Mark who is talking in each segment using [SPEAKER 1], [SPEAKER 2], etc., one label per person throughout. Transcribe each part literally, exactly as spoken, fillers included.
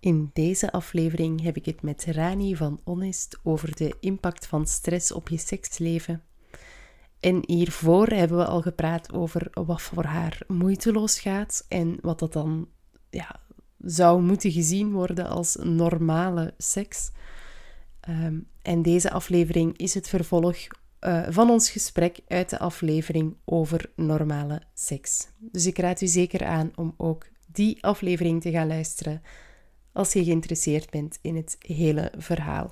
[SPEAKER 1] In deze aflevering heb ik het met Rani van Honest over de impact van stress op je seksleven. En hiervoor hebben we al gepraat over wat voor haar moeiteloos gaat en wat dat dan ja, zou moeten gezien worden als normale seks. Um, en deze aflevering is het vervolg uh, van ons gesprek uit de aflevering over normale seks. Dus ik raad u zeker aan om ook die aflevering te gaan luisteren als je geïnteresseerd bent in het hele verhaal.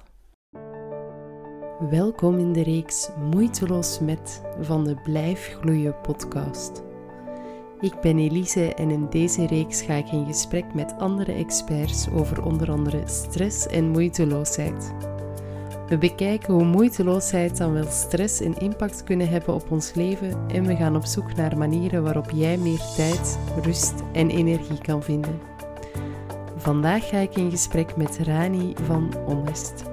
[SPEAKER 1] Welkom in de reeks Moeiteloos met van de Blijf Gloeien podcast. Ik ben Elise en in deze reeks ga ik in gesprek met andere experts over onder andere stress en moeiteloosheid. We bekijken hoe moeiteloosheid dan wel stress en impact kunnen hebben op ons leven en we gaan op zoek naar manieren waarop jij meer tijd, rust en energie kan vinden. Vandaag ga ik in gesprek met Rani van Honest.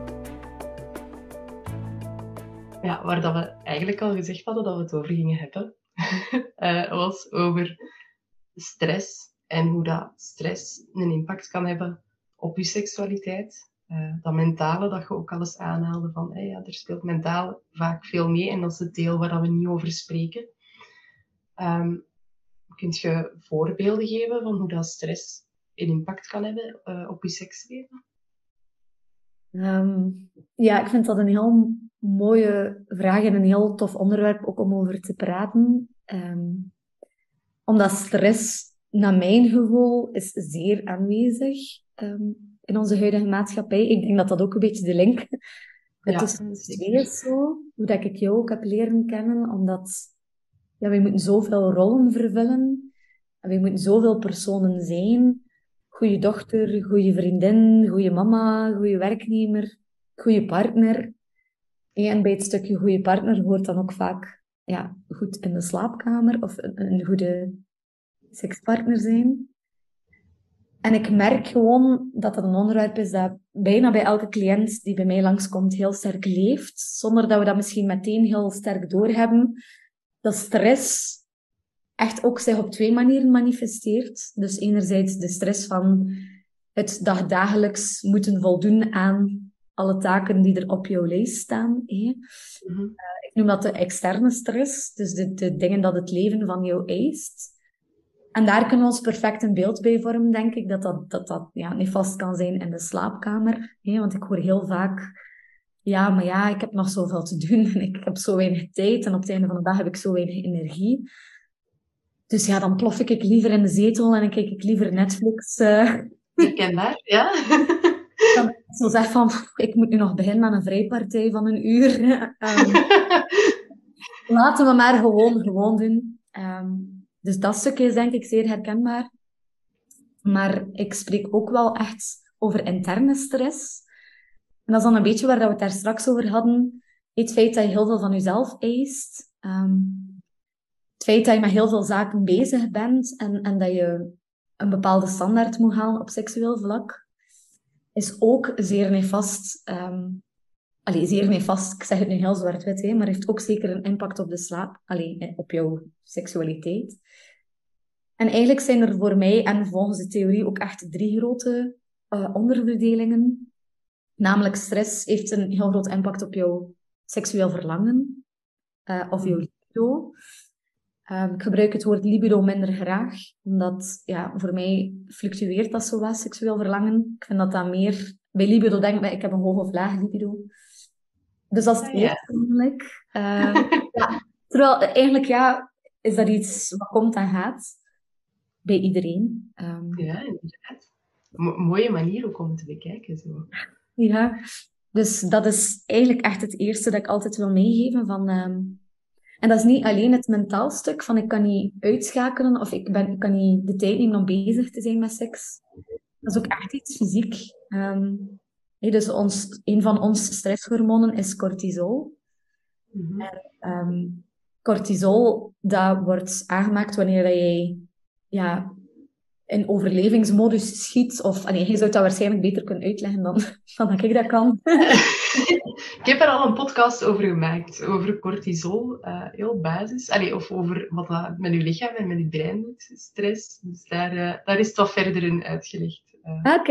[SPEAKER 1] Ja, waar dat we eigenlijk al gezegd hadden dat we het over gingen hebben, uh, was over stress en hoe dat stress een impact kan hebben op je seksualiteit. Uh, dat mentale dat je ook al eens aanhaalde van, hey, ja, er speelt mentaal vaak veel mee en dat is het deel waar we niet over spreken. Um, kun je voorbeelden geven van hoe dat stress een impact kan hebben uh, op je seksleven?
[SPEAKER 2] Um, ja, ik vind dat een heel mooie vraag en een heel tof onderwerp ook om over te praten. Um, omdat stress, naar mijn gevoel, is zeer aanwezig um, in onze huidige maatschappij. Ik denk dat dat ook een beetje de link ja, tussen de twee is zo. Hoe dat ik jou ook heb leren kennen. Omdat ja, wij moeten zoveel rollen vervullen. En wij moeten zoveel personen zijn. Goeie dochter, goede vriendin, goede mama, goede werknemer, goede partner. En bij het stukje goede partner hoort dan ook vaak ja, goed in de slaapkamer of een, een goede sekspartner zijn. En ik merk gewoon dat dat een onderwerp is dat bijna bij elke cliënt die bij mij langskomt heel sterk leeft, zonder dat we dat misschien meteen heel sterk doorhebben. Dat stress echt ook zich op twee manieren manifesteert. Dus enerzijds de stress van het dagdagelijks moeten voldoen aan alle taken die er op jouw lijst staan. Hè. Mm-hmm. Uh, ik noem dat de externe stress, dus de, de dingen dat het leven van jou eist. En daar kunnen we ons perfect een beeld bij vormen, denk ik, dat dat, dat, dat ja, niet vast kan zijn in de slaapkamer. Hè. Want ik hoor heel vaak, ja, maar ja, ik heb nog zoveel te doen en ik heb zo weinig tijd en op het einde van de dag heb ik zo weinig energie. Dus ja, dan plof ik liever in de zetel en dan kijk ik liever Netflix. Uh...
[SPEAKER 1] Herkenbaar, ja.
[SPEAKER 2] Dan zo zeg van, ik moet nu nog beginnen aan een vrijpartij van een uur. Um, laten we maar gewoon, gewoon doen. Um, dus dat stukje is denk ik zeer herkenbaar. Maar ik spreek ook wel echt over interne stress. En dat is dan een beetje waar we het daar straks over hadden. Het feit dat je heel veel van jezelf eist. Um, Het feit dat je met heel veel zaken bezig bent en, en dat je een bepaalde standaard moet halen op seksueel vlak, is ook zeer nefast. Um, allee, zeer nefast, ik zeg het nu heel zwart-wit, hè, maar heeft ook zeker een impact op de slaap, allee, op jouw seksualiteit. En eigenlijk zijn er voor mij, en volgens de theorie, ook echt drie grote uh, onderverdelingen. Namelijk stress heeft een heel groot impact op jouw seksueel verlangen, uh, of jouw libido. Um, ik gebruik het woord libido minder graag, omdat ja, voor mij fluctueert dat zo wat, seksueel verlangen. Ik vind dat dat meer... Bij libido denk ik, ik heb een hoog of laag libido. Dus dat is het eerste eigenlijk. Uh, ja, terwijl eigenlijk ja, is dat iets wat komt en gaat bij iedereen. Um,
[SPEAKER 1] ja, inderdaad. Mo- mooie manier ook om te bekijken. Zo.
[SPEAKER 2] Ja, dus dat is eigenlijk echt het eerste dat ik altijd wil meegeven van... Um, En dat is niet alleen het mentaal stuk, van ik kan niet uitschakelen of ik, ben, ik kan niet de tijd nemen om bezig te zijn met seks. Dat is ook echt iets fysiek. Um, hey, dus ons, een van onze stresshormonen is cortisol. Mm-hmm. En, um, cortisol, dat wordt aangemaakt wanneer jij ja, in overlevingsmodus schiet. Of, nee, je zou dat waarschijnlijk beter kunnen uitleggen dan, dan dat ik dat kan.
[SPEAKER 1] Ik heb er al een podcast over gemaakt, over cortisol, uh, heel basis. Allee, of over wat dat met je lichaam en met je brein doet, stress. Dus daar, uh, daar is het wat verder in uitgelegd.
[SPEAKER 2] Uh. Ah, kijk.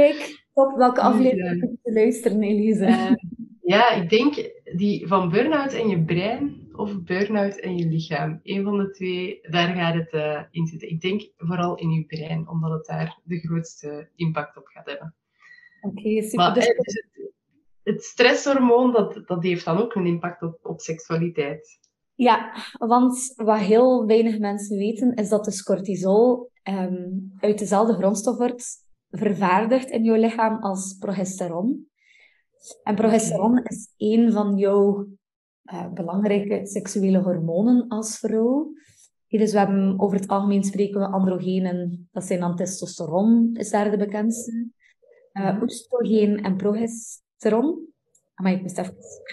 [SPEAKER 2] Top, welke
[SPEAKER 1] Dus,
[SPEAKER 2] aflevering
[SPEAKER 1] uh,
[SPEAKER 2] moet je luisteren, Elise?
[SPEAKER 1] uh, ja, ik denk die van burn-out en je brein of burn-out en je lichaam. Eén van de twee, daar gaat het uh, in zitten. Ik denk vooral in je brein, omdat het daar de grootste impact op gaat hebben.
[SPEAKER 2] Oké, okay, super.
[SPEAKER 1] Maar
[SPEAKER 2] Dus...
[SPEAKER 1] uh, dus het, het stresshormoon, dat, dat heeft dan ook een impact op, op seksualiteit.
[SPEAKER 2] Ja, want wat heel weinig mensen weten, is dat dus cortisol um, uit dezelfde grondstof wordt vervaardigd in jouw lichaam als progesteron. En progesteron okay. is een van jouw uh, belangrijke seksuele hormonen als vrouw. Dus we hebben, over het algemeen spreken we androgenen, dat zijn dan testosteron, is daar de bekendste. Uh, oestrogeen en progesteron. Maar ik moest even...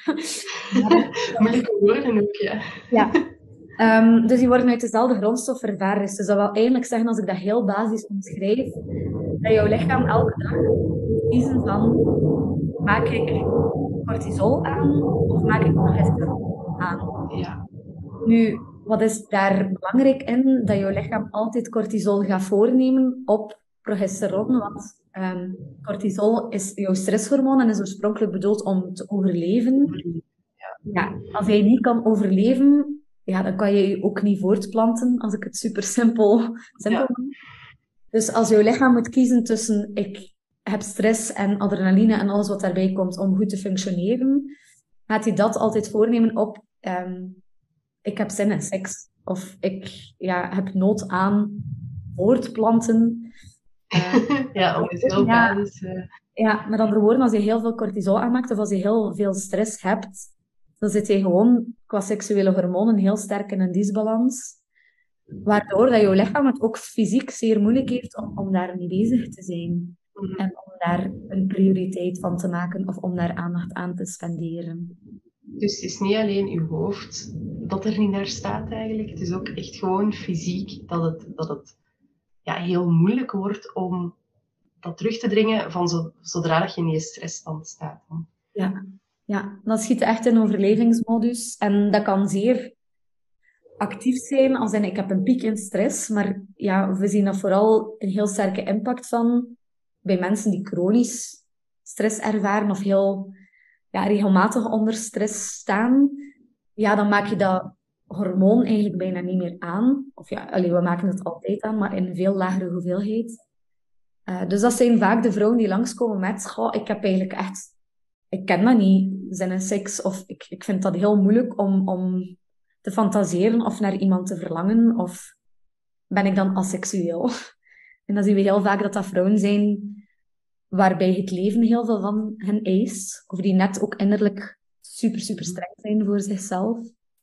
[SPEAKER 1] Moeilijke woorden ook, ja.
[SPEAKER 2] Ja. Um, dus die worden uit dezelfde grondstof vervaardigd. Dus dat wil eigenlijk zeggen, als ik dat heel basis omschrijf, dat jouw lichaam elke dag moet kiezen van, maak ik cortisol aan of maak ik progesteron aan?
[SPEAKER 1] Ja.
[SPEAKER 2] Nu, wat is daar belangrijk in? Dat jouw lichaam altijd cortisol gaat voornemen op progesteron, want um, cortisol is jouw stresshormoon en is oorspronkelijk bedoeld om te overleven.
[SPEAKER 1] Ja.
[SPEAKER 2] Ja, als jij niet kan overleven, ja, dan kan je je ook niet voortplanten, als ik het super simpel, simpel
[SPEAKER 1] ja.
[SPEAKER 2] maak. Dus als jouw lichaam moet kiezen tussen ik heb stress en adrenaline en alles wat daarbij komt om goed te functioneren, gaat hij dat altijd voornemen op um, ik heb zin in seks. Of ik ja, heb nood aan voortplanten.
[SPEAKER 1] Uh, ja, om het heel
[SPEAKER 2] ja,
[SPEAKER 1] basis... Uh...
[SPEAKER 2] Ja, met andere woorden, als je heel veel cortisol aanmaakt of als je heel veel stress hebt, dan zit je gewoon qua seksuele hormonen heel sterk in een disbalans. Waardoor dat jouw lichaam het ook fysiek zeer moeilijk heeft om, om daar mee bezig te zijn. Mm-hmm. En om daar een prioriteit van te maken of om daar aandacht aan te spenderen.
[SPEAKER 1] Dus het is niet alleen je hoofd dat er niet naar staat eigenlijk. Het is ook echt gewoon fysiek dat het, dat het ja, heel moeilijk wordt om dat terug te dringen van zo, zodra dat je in je stressstand staat.
[SPEAKER 2] Ja. Ja, dan schiet je echt in overlevingsmodus. En dat kan zeer actief zijn, als in ik heb een piek in stress. Maar ja, we zien dat vooral een heel sterke impact van bij mensen die chronisch stress ervaren of heel ja, regelmatig onder stress staan. Ja, dan maak je dat hormoon eigenlijk bijna niet meer aan. Of ja, allee, we maken het altijd aan, maar in een veel lagere hoeveelheid. Uh, dus dat zijn vaak de vrouwen die langskomen met goh, ik heb eigenlijk echt... Ik ken dat niet, zin in seks. Of ik, ik vind dat heel moeilijk om, om te fantaseren of naar iemand te verlangen. Of ben ik dan asexueel? En dan zien we heel vaak dat dat vrouwen zijn waarbij het leven heel veel van hen eist. Of die net ook innerlijk super, super streng zijn voor zichzelf.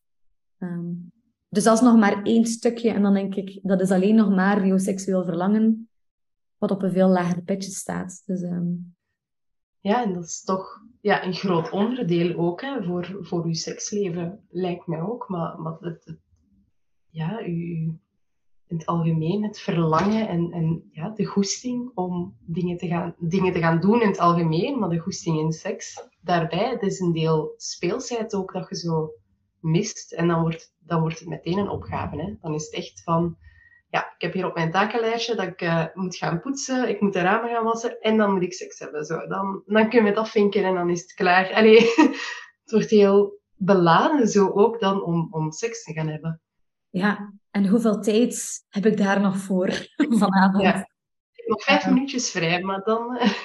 [SPEAKER 2] Um, dus dat is nog maar één stukje. En dan denk ik, dat is alleen nog maar jouw seksueel verlangen, wat op een veel lager pitje staat. Dus... Um,
[SPEAKER 1] Ja, en dat is toch ja, een groot onderdeel ook hè, voor, voor uw seksleven, lijkt mij ook. Maar, maar het, het, ja, u, in het algemeen het verlangen en, en ja, de goesting om dingen te, gaan, dingen te gaan doen in het algemeen, maar de goesting in seks daarbij, het is een deel speelsheid ook dat je zo mist. En dan wordt, dan wordt het meteen een opgave. Hè. Dan is het echt van... Ja, ik heb hier op mijn takenlijstje dat ik uh, moet gaan poetsen, ik moet de ramen gaan wassen en dan moet ik seks hebben. Zo. Dan, dan kunnen we het afvinken en dan is het klaar. Allee, het wordt heel beladen zo ook dan om, om seks te gaan hebben.
[SPEAKER 2] Ja, en hoeveel tijd heb ik daar nog voor vanavond?
[SPEAKER 1] Ja, ik heb nog vijf uh, minuutjes vrij, maar dan... Uh...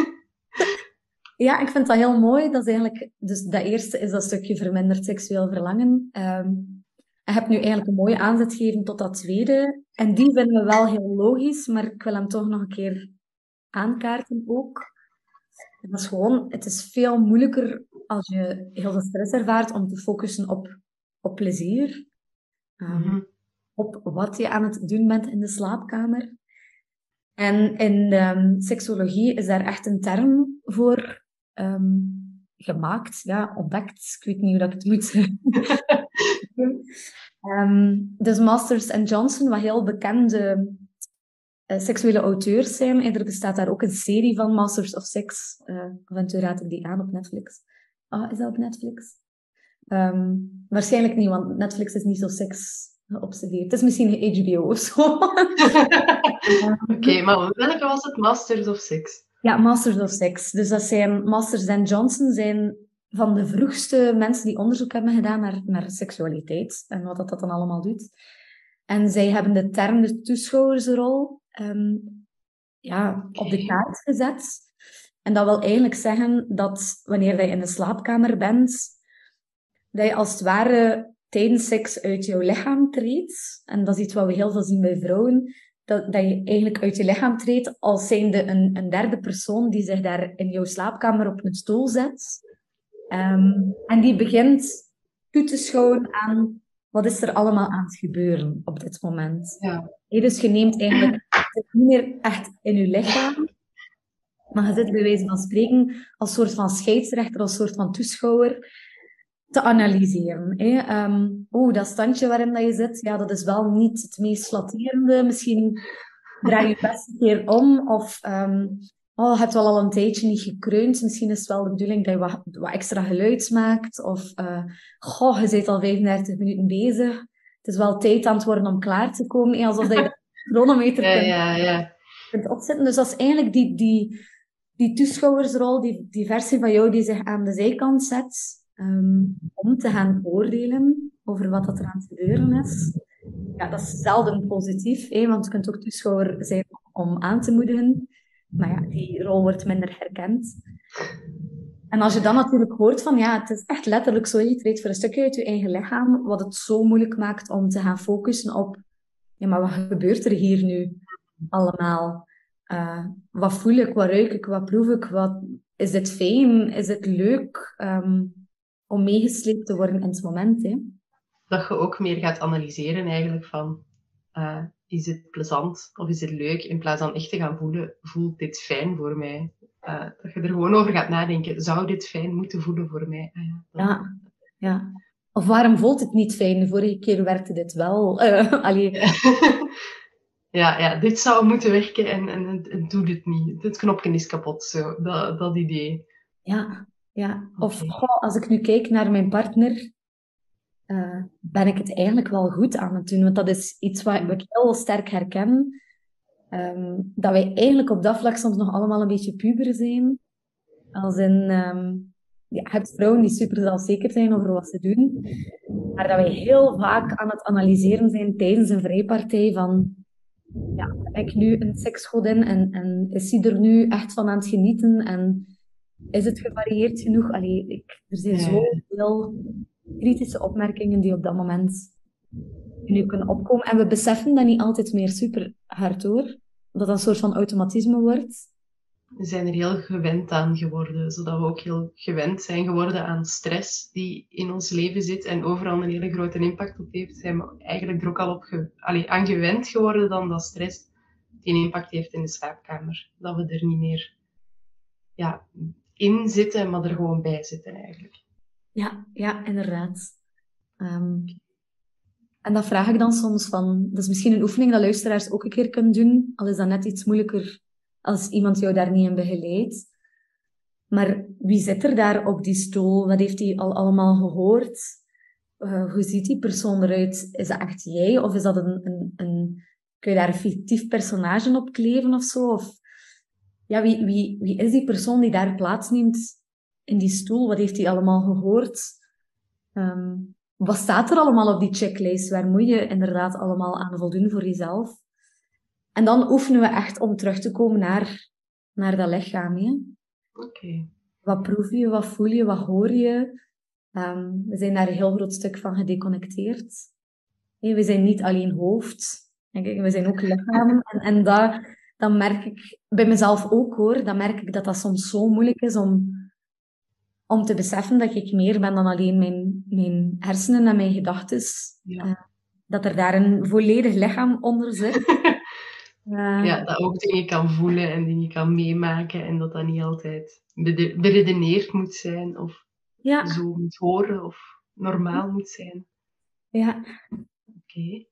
[SPEAKER 2] Ja, ik vind dat heel mooi. Dat is eigenlijk... Dus dat eerste is dat stukje verminderd seksueel verlangen. Um, Je hebt nu eigenlijk een mooie aanzet gegeven tot dat tweede. En die vinden we wel heel logisch, maar ik wil hem toch nog een keer aankaarten ook. En dat is gewoon, het is veel moeilijker als je heel veel stress ervaart om te focussen op, op plezier. Um, mm-hmm. Op wat je aan het doen bent in de slaapkamer. En in de um, seksologie is daar echt een term voor um, gemaakt, ja, ontdekt. Ik weet niet hoe dat ik het moet Um, dus Masters en Johnson, wat heel bekende uh, seksuele auteurs zijn. Er bestaat daar ook een serie van, Masters of Sex. Uh, af en toe raad ik die aan op Netflix. Ah, is dat op Netflix? Um, waarschijnlijk niet, want Netflix is niet zo seks geobsedeerd. Het is misschien H B O of zo.
[SPEAKER 1] Oké, okay, maar welke was het? Masters of Sex?
[SPEAKER 2] Ja, Masters of Sex. Dus dat zijn Masters en Johnson zijn van de vroegste mensen die onderzoek hebben gedaan naar, naar seksualiteit en wat dat, dat dan allemaal doet. En zij hebben de term de toeschouwersrol ehm, ja, op de kaart gezet. En dat wil eigenlijk zeggen dat wanneer je in de slaapkamer bent, dat je als het ware tijdens seks uit jouw lichaam treedt. En dat is iets wat we heel veel zien bij vrouwen. Dat, dat je eigenlijk uit je lichaam treedt als zijnde een, een derde persoon die zich daar in jouw slaapkamer op een stoel zet. Ehm, en die begint toe te schouwen aan wat is er allemaal aan het gebeuren op dit moment.
[SPEAKER 1] Ja.
[SPEAKER 2] Hey, dus je neemt eigenlijk je zit niet meer echt in je lichaam, maar je zit bij wijze van spreken als soort van scheidsrechter, als soort van toeschouwer te analyseren. Hè. Ehm, oh, dat standje waarin dat je zit, ja, dat is wel niet het meest flatterende. Misschien draai je best een keer om. Of ehm, oh, je hebt wel al een tijdje niet gekreund. Misschien is het wel de bedoeling dat je wat, wat extra geluid maakt. Of uh, goh, je bent al vijfendertig minuten bezig. Het is wel tijd aan het worden om klaar te komen. Hè, alsof dat je de chronometer
[SPEAKER 1] Ja,
[SPEAKER 2] kunt,
[SPEAKER 1] ja, ja.
[SPEAKER 2] kunt opzetten. Dus dat is eigenlijk die, die, die toeschouwersrol, die, die versie van jou die zich aan de zijkant zet. Um, om te gaan oordelen over wat dat er aan het gebeuren is. Ja, dat is zelden positief, hè, want je kunt ook toeschouwer zijn om aan te moedigen. Maar ja, die rol wordt minder herkend. En als je dan natuurlijk hoort van, ja, het is echt letterlijk zo, je treedt voor een stukje uit je eigen lichaam, wat het zo moeilijk maakt om te gaan focussen op, ja, maar wat gebeurt er hier nu allemaal? Uh, wat voel ik, wat ruik ik, wat proef ik, wat, is dit fijn, is het leuk um, om meegesleept te worden in het moment, hè?
[SPEAKER 1] Dat je ook meer gaat analyseren eigenlijk van, uh, is het plezant of is het leuk, in plaats van echt te gaan voelen, voelt dit fijn voor mij? Uh, dat je er gewoon over gaat nadenken, zou dit fijn moeten voelen voor mij? Uh, ja,
[SPEAKER 2] ja, ja. Of waarom voelt het niet fijn? De vorige keer werkte dit wel. Uh, allee.
[SPEAKER 1] ja, ja, dit zou moeten werken en, en, en het doet het niet. Dit knopje is kapot, zo. Dat, dat idee.
[SPEAKER 2] Ja, ja. Of okay. Goh, als ik nu kijk naar mijn partner, uh, ben ik het eigenlijk wel goed aan het doen. Want dat is iets wat ik heel sterk herken. Um, dat wij eigenlijk op dat vlak soms nog allemaal een beetje puber zijn. Als in, um, ja, je hebt vrouwen die super zelfzeker zijn over wat ze doen. Maar dat wij heel vaak aan het analyseren zijn tijdens een vrijpartij van... Ja, ben ik nu een seksgodin en, en is hij er nu echt van aan het genieten? En is het gevarieerd genoeg? Allee, ik, er zijn zoveel kritische opmerkingen die op dat moment nu kunnen opkomen. En we beseffen dat niet altijd meer super hard hoor. Dat dat een soort van automatisme wordt.
[SPEAKER 1] We zijn er heel gewend aan geworden, zodat we ook heel gewend zijn geworden aan stress die in ons leven zit en overal een hele grote impact op heeft. Zijn we eigenlijk er ook al op ge- allee, aan gewend geworden dan dat stress die een impact heeft in de slaapkamer. Dat we er niet meer ja, in zitten, maar er gewoon bij zitten eigenlijk.
[SPEAKER 2] Ja, ja, inderdaad. Um, en dat vraag ik dan soms van... Dat is misschien een oefening dat luisteraars ook een keer kunnen doen, al is dat net iets moeilijker als iemand jou daar niet in begeleidt. Maar wie zit er daar op die stoel? Wat heeft hij al allemaal gehoord? Uh, hoe ziet die persoon eruit? Is dat echt jij? Of is dat een, een, een... Kun je daar een fictief personage op kleven of zo? Of ja, wie, wie, wie is die persoon die daar plaatsneemt in die stoel? Wat heeft hij allemaal gehoord? Um, wat staat er allemaal op die checklist? Waar moet je inderdaad allemaal aan voldoen voor jezelf? En dan oefenen we echt om terug te komen naar, naar dat lichaam. Oké.
[SPEAKER 1] Okay.
[SPEAKER 2] Wat proef je? Wat voel je? Wat hoor je? Um, we zijn daar een heel groot stuk van gedeconnecteerd. Hey, we zijn niet alleen hoofd. We zijn ook lichaam. En, en dat, dat merk ik bij mezelf ook hoor. Dan merk ik dat dat soms zo moeilijk is om, om te beseffen dat ik meer ben dan alleen mijn, mijn hersenen en mijn gedachten.
[SPEAKER 1] Ja.
[SPEAKER 2] Uh, dat er daar een volledig lichaam onder zit.
[SPEAKER 1] Uh, ja, dat ook dingen kan voelen en dingen kan meemaken en dat dat niet altijd beredeneerd moet zijn of ja. zo moet horen of normaal moet zijn.
[SPEAKER 2] Ja.
[SPEAKER 1] Oké. Okay.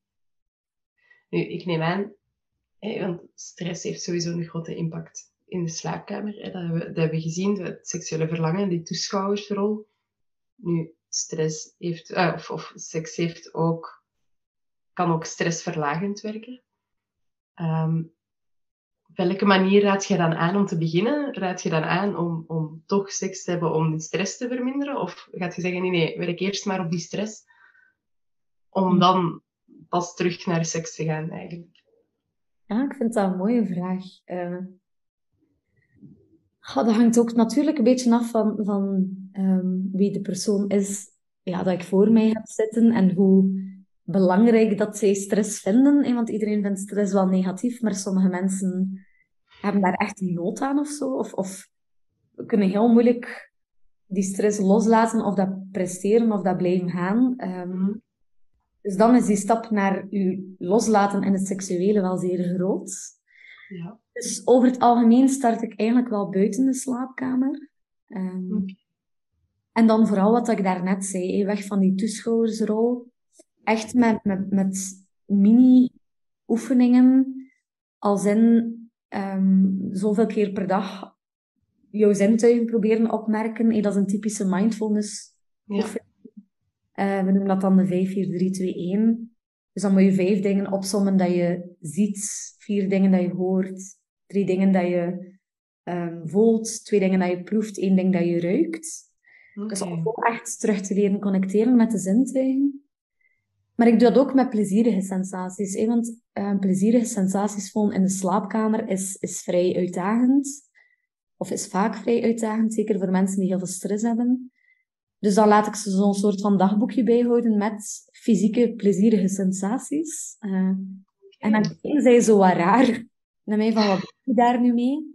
[SPEAKER 1] Nu, ik neem aan, hè, want stress heeft sowieso een grote impact in de slaapkamer. Hè. Dat, hebben we, dat hebben we gezien, het seksuele verlangen, die toeschouwersrol. Nu, stress heeft, uh, of, of seks heeft ook, kan ook stressverlagend werken. Um, op welke manier raad je dan aan om te beginnen? Raad je dan aan om, om toch seks te hebben om die stress te verminderen? Of gaat je zeggen, nee, nee, werk eerst maar op die stress, om dan pas terug naar seks te gaan eigenlijk?
[SPEAKER 2] Ja, ik vind dat een mooie vraag. Uh, oh, dat hangt ook natuurlijk een beetje af van, van um, wie de persoon is, ja, dat ik voor mij heb zitten en hoe belangrijk dat zij stress vinden. Hè? Want iedereen vindt stress wel negatief, maar sommige mensen hebben daar echt nood aan of zo. Of, of kunnen heel moeilijk die stress loslaten of dat presteren of dat blijven gaan. Um, mm. Dus dan is die stap naar je loslaten in het seksuele wel zeer groot.
[SPEAKER 1] Ja.
[SPEAKER 2] Dus over het algemeen start ik eigenlijk wel buiten de slaapkamer. Um, okay. En dan vooral wat ik daarnet zei, weg van die toeschouwersrol. Echt met, met, met mini-oefeningen, als in um, zoveel keer per dag jouw zintuigen proberen opmerken. Dat is een typische mindfulness oefening. Ja. Uh, we noemen dat dan de vijf vier drie twee een. Dus dan moet je vijf dingen opsommen dat je ziet, vier dingen dat je hoort, drie dingen dat je um, voelt, twee dingen dat je proeft, één ding dat je ruikt. Okay. Dus om ook echt terug te leren connecteren met de zintuigen. Maar ik doe dat ook met plezierige sensaties. Hè? Want uh, plezierige sensaties voelen in de slaapkamer is, is vrij uitdagend. Of is vaak vrij uitdagend, zeker voor mensen die heel veel stress hebben. Dus dan laat ik ze zo'n soort van dagboekje bijhouden met fysieke, plezierige sensaties. Uh, en dan kijken zij zo wat raar naar mij van, wat doe je daar nu mee?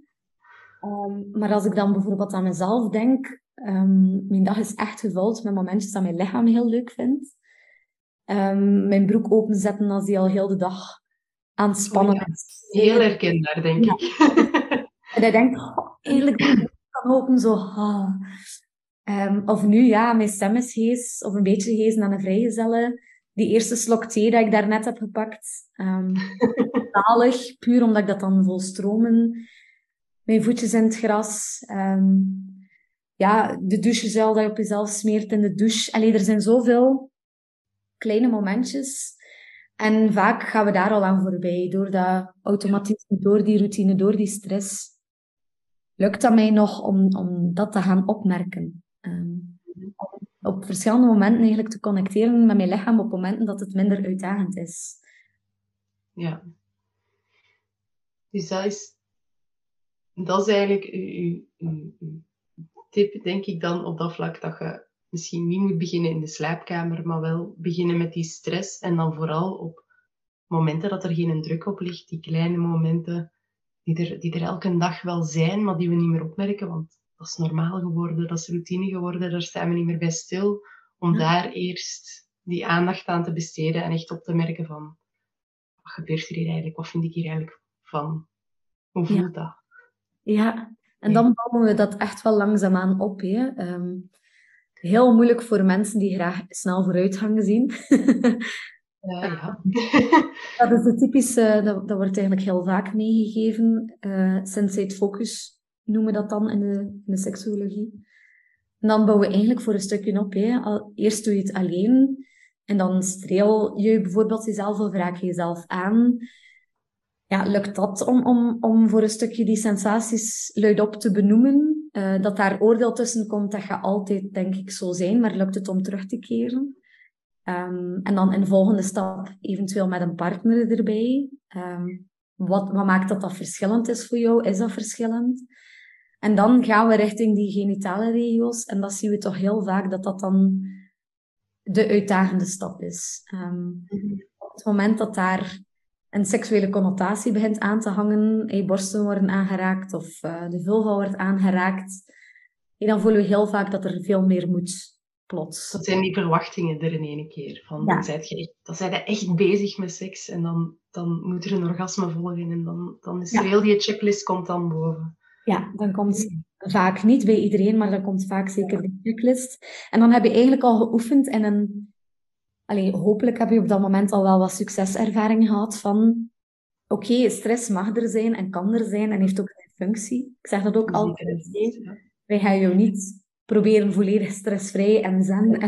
[SPEAKER 2] Um, maar als ik dan bijvoorbeeld aan mezelf denk, um, mijn dag is echt gevuld met momentjes dat mijn lichaam heel leuk vindt. Um, mijn broek openzetten als die al heel de dag aan het spannen
[SPEAKER 1] oh ja,
[SPEAKER 2] is.
[SPEAKER 1] Heel herkenbaar, denk
[SPEAKER 2] ja.
[SPEAKER 1] ik.
[SPEAKER 2] En dan denk ik, oh, eigenlijk kan open zo... Ah. Um, of nu, ja, mijn stem is hees, of een beetje hees aan een vrijgezelle. Die eerste slok thee dat ik daarnet heb gepakt. Um, zalig, puur omdat ik dat dan vol stromen. Mijn voetjes in het gras. Um, ja, de douchezuil dat je op jezelf smeert in de douche. Allee, er zijn zoveel kleine momentjes. En vaak gaan we daar al aan voorbij. Door dat automatisme, door die routine, door die stress. Lukt dat mij nog om, om dat te gaan opmerken. Um, op verschillende momenten eigenlijk te connecteren met mijn lichaam op momenten dat het minder uitdagend is.
[SPEAKER 1] Ja. Dus dat is, dat is eigenlijk uw, uw, uw tip, denk ik dan, op dat vlak, dat je misschien niet moet beginnen in de slaapkamer, maar wel beginnen met die stress. En dan vooral op momenten dat er geen druk op ligt, die kleine momenten die er, die er elke dag wel zijn, maar die we niet meer opmerken, want dat is normaal geworden, dat is routine geworden, daar staan we niet meer bij stil, om ja. daar eerst die aandacht aan te besteden en echt op te merken van, wat gebeurt er hier eigenlijk? Wat vind ik hier eigenlijk van? Hoe voelt
[SPEAKER 2] ja.
[SPEAKER 1] dat?
[SPEAKER 2] Ja, en dan bouwen we dat echt wel langzaamaan op. Hè. Um, heel moeilijk voor mensen die graag snel vooruitgang zien.
[SPEAKER 1] Ja, ja.
[SPEAKER 2] Dat is de typische, dat, dat wordt eigenlijk heel vaak meegegeven. Uh, sensate focus noemen we dat dan in de, in de seksuologie. En dan bouwen we eigenlijk voor een stukje op. Hè. Al, eerst doe je het alleen. En dan streel je bijvoorbeeld jezelf of raak je jezelf aan. Ja, lukt dat om, om, om voor een stukje die sensaties luidop te benoemen? Uh, dat daar oordeel tussen komt, dat gaat altijd, denk ik, zo zijn. Maar lukt het om terug te keren? Um, en dan in de volgende stap eventueel met een partner erbij. Um, wat, wat maakt dat dat verschillend is voor jou? Is dat verschillend? En dan gaan we richting die genitale regio's. En dat zien we toch heel vaak, dat dat dan de uitdagende stap is. Um, op het moment dat daar een seksuele connotatie begint aan te hangen, hey, borsten worden aangeraakt of uh, de vulva wordt aangeraakt, hey, dan voelen we heel vaak dat er veel meer moet. Plots.
[SPEAKER 1] Dat zijn die verwachtingen er in één keer. Van, ja. Dan zijn je, dan zijn je echt bezig met seks en dan, dan moet er een orgasme volgen en dan, dan is er ja. heel die checklist komt dan boven.
[SPEAKER 2] Ja, dan komt vaak niet bij iedereen, maar dan komt vaak zeker de checklist. En dan heb je eigenlijk al geoefend en een... Allee, hopelijk heb je op dat moment al wel wat succeservaring gehad van... Oké, okay, stress mag er zijn en kan er zijn en heeft ook een functie. Ik zeg dat ook altijd. Ja. Wij gaan jou niet... proberen volledig stressvrij en zen. En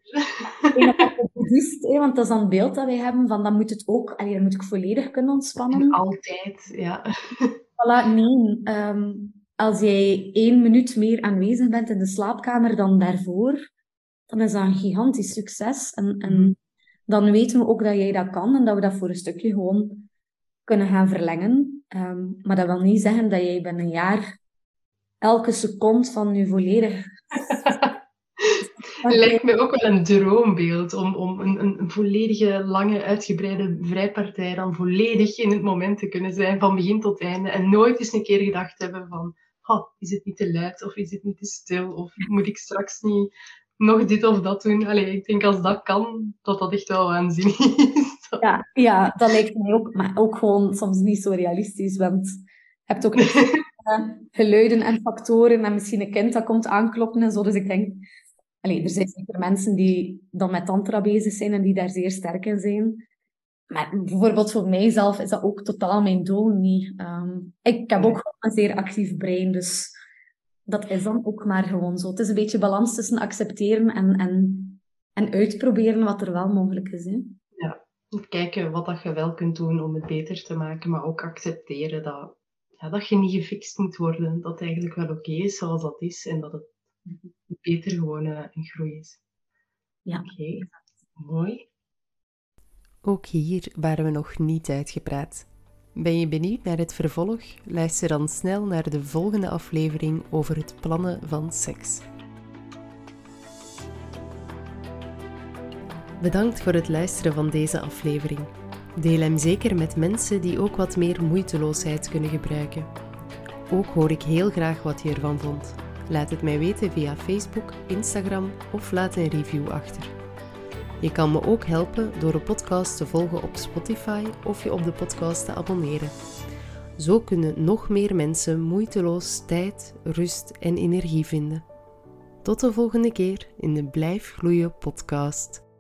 [SPEAKER 2] bewust, hè, want dat is dan het beeld dat wij hebben, van dan moet het ook, allee, dan moet ik volledig kunnen ontspannen.
[SPEAKER 1] En altijd, ja.
[SPEAKER 2] Voilà, nee. Um, als jij één minuut meer aanwezig bent in de slaapkamer dan daarvoor, dan is dat een gigantisch succes. En, en dan weten we ook dat jij dat kan en dat we dat voor een stukje gewoon kunnen gaan verlengen. Um, maar dat wil niet zeggen dat jij binnen een jaar elke seconde van je volledig...
[SPEAKER 3] Het lijkt me ook wel een droombeeld om, om een, een, een volledige, lange, uitgebreide vrijpartij dan volledig in het moment te kunnen zijn, van begin tot einde. En nooit eens een keer gedacht hebben van, oh, is het niet te luid of is het niet te stil of moet ik straks niet nog dit of dat doen. Allee, ik denk als dat kan, dat dat echt wel waanzinnig is.
[SPEAKER 2] Ja, ja, dat lijkt mij ook, maar ook gewoon soms niet zo realistisch, want je hebt ook echt geluiden en factoren en misschien een kind dat komt aankloppen en zo. Dus ik denk, allee, er zijn zeker mensen die dan met tantra bezig zijn en die daar zeer sterk in zijn. Maar bijvoorbeeld voor mijzelf is dat ook totaal mijn doel niet. Um, ik heb ook gewoon een zeer actief brein, dus dat is dan ook maar gewoon zo. Het is een beetje balans tussen accepteren en, en, en uitproberen wat er wel mogelijk is. Hè?
[SPEAKER 3] Ja, kijken wat dat je wel kunt doen om het beter te maken, maar ook accepteren dat, ja, dat je niet gefixt moet worden. Dat het eigenlijk wel oké is zoals dat is en dat het beter gewoon uh, een groei is.
[SPEAKER 2] Ja.
[SPEAKER 3] Oké, okay. Mooi.
[SPEAKER 1] Ook hier waren we nog niet uitgepraat. Ben je benieuwd naar het vervolg? Luister dan snel naar de volgende aflevering over het plannen van seks. Bedankt voor het luisteren van deze aflevering. Deel hem zeker met mensen die ook wat meer moeiteloosheid kunnen gebruiken. Ook hoor ik heel graag wat je ervan vond. Laat het mij weten via Facebook, Instagram of laat een review achter. Je kan me ook helpen door de podcast te volgen op Spotify of je op de podcast te abonneren. Zo kunnen nog meer mensen moeiteloos tijd, rust en energie vinden. Tot de volgende keer in de Blijf Gloeien podcast.